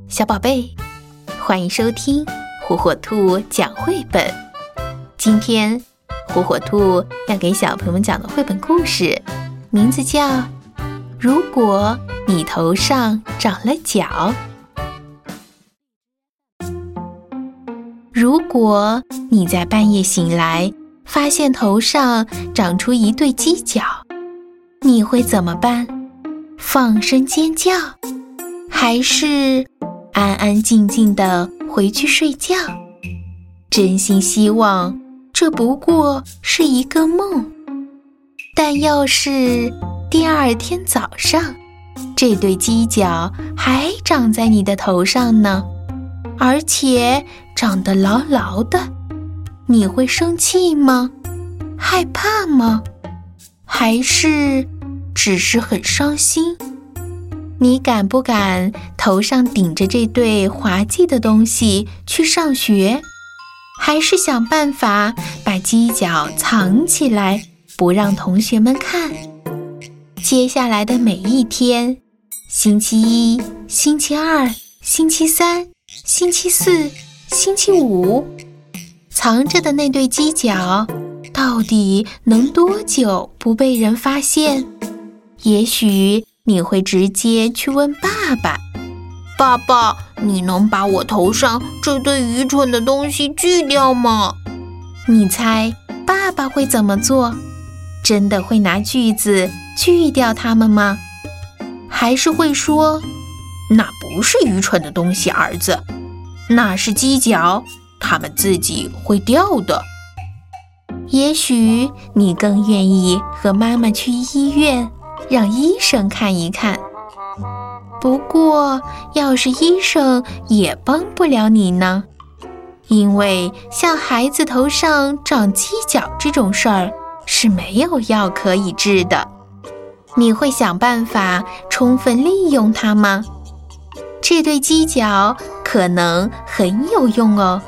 小宝贝，欢迎收听火火兔讲绘本。今天火火兔要给小朋友们讲的绘本故事名字叫《如果你头上长了角》。如果你在半夜醒来，发现头上长出一对犄角，你会怎么办？放声尖叫，还是安安静静地回去睡觉？真心希望这不过是一个梦。但要是第二天早上，这对犄角还长在你的头上呢，而且长得牢牢的，你会生气吗？害怕吗？还是只是很伤心？你敢不敢头上顶着这对滑稽的东西去上学？还是想办法把犄角藏起来，不让同学们看？接下来的每一天，星期一、星期二、星期三、星期四、星期五，藏着的那对犄角到底能多久不被人发现？也许你会直接去问爸爸，爸爸，你能把我头上这对愚蠢的东西锯掉吗？你猜爸爸会怎么做？真的会拿锯子锯掉它们吗？还是会说，那不是愚蠢的东西，儿子，那是犄角，它们自己会掉的。也许你更愿意和妈妈去医院，让医生看一看。不过，要是医生也帮不了你呢，因为像孩子头上长犄角这种事儿是没有药可以治的。你会想办法充分利用它吗？这对犄角可能很有用哦。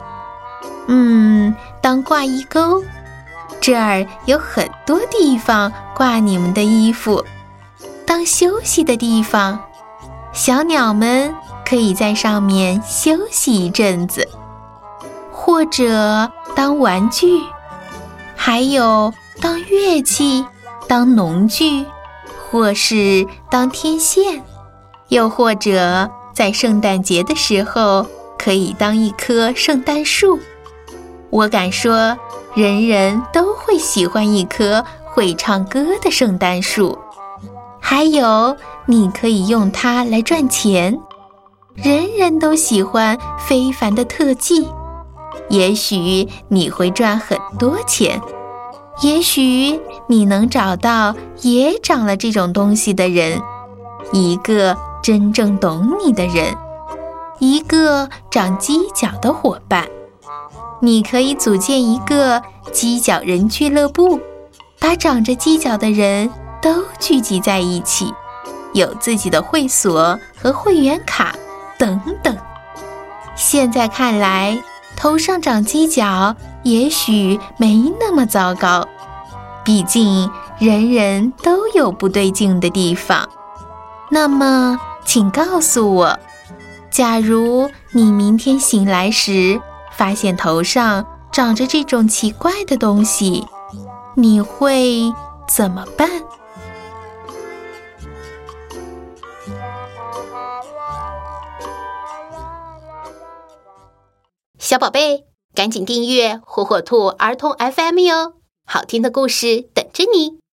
当挂衣钩，这儿有很多地方挂你们的衣服。当休息的地方，小鸟们可以在上面休息一阵子，或者当玩具，还有当乐器，当农具，或是当天线，又或者在圣诞节的时候可以当一棵圣诞树。我敢说，人人都会喜欢一棵会唱歌的圣诞树。还有，你可以用它来赚钱。人人都喜欢非凡的特技，也许你会赚很多钱。也许你能找到也长了这种东西的人，一个真正懂你的人，一个长犄角的伙伴。你可以组建一个犄角人俱乐部，把长着犄角的人都聚集在一起，有自己的会所和会员卡等等。现在看来，头上长犄角也许没那么糟糕，毕竟人人都有不对劲的地方。那么，请告诉我，假如你明天醒来时发现头上长着这种奇怪的东西，你会怎么办？小宝贝，赶紧订阅火火兔儿童 FM 哟，好听的故事等着你。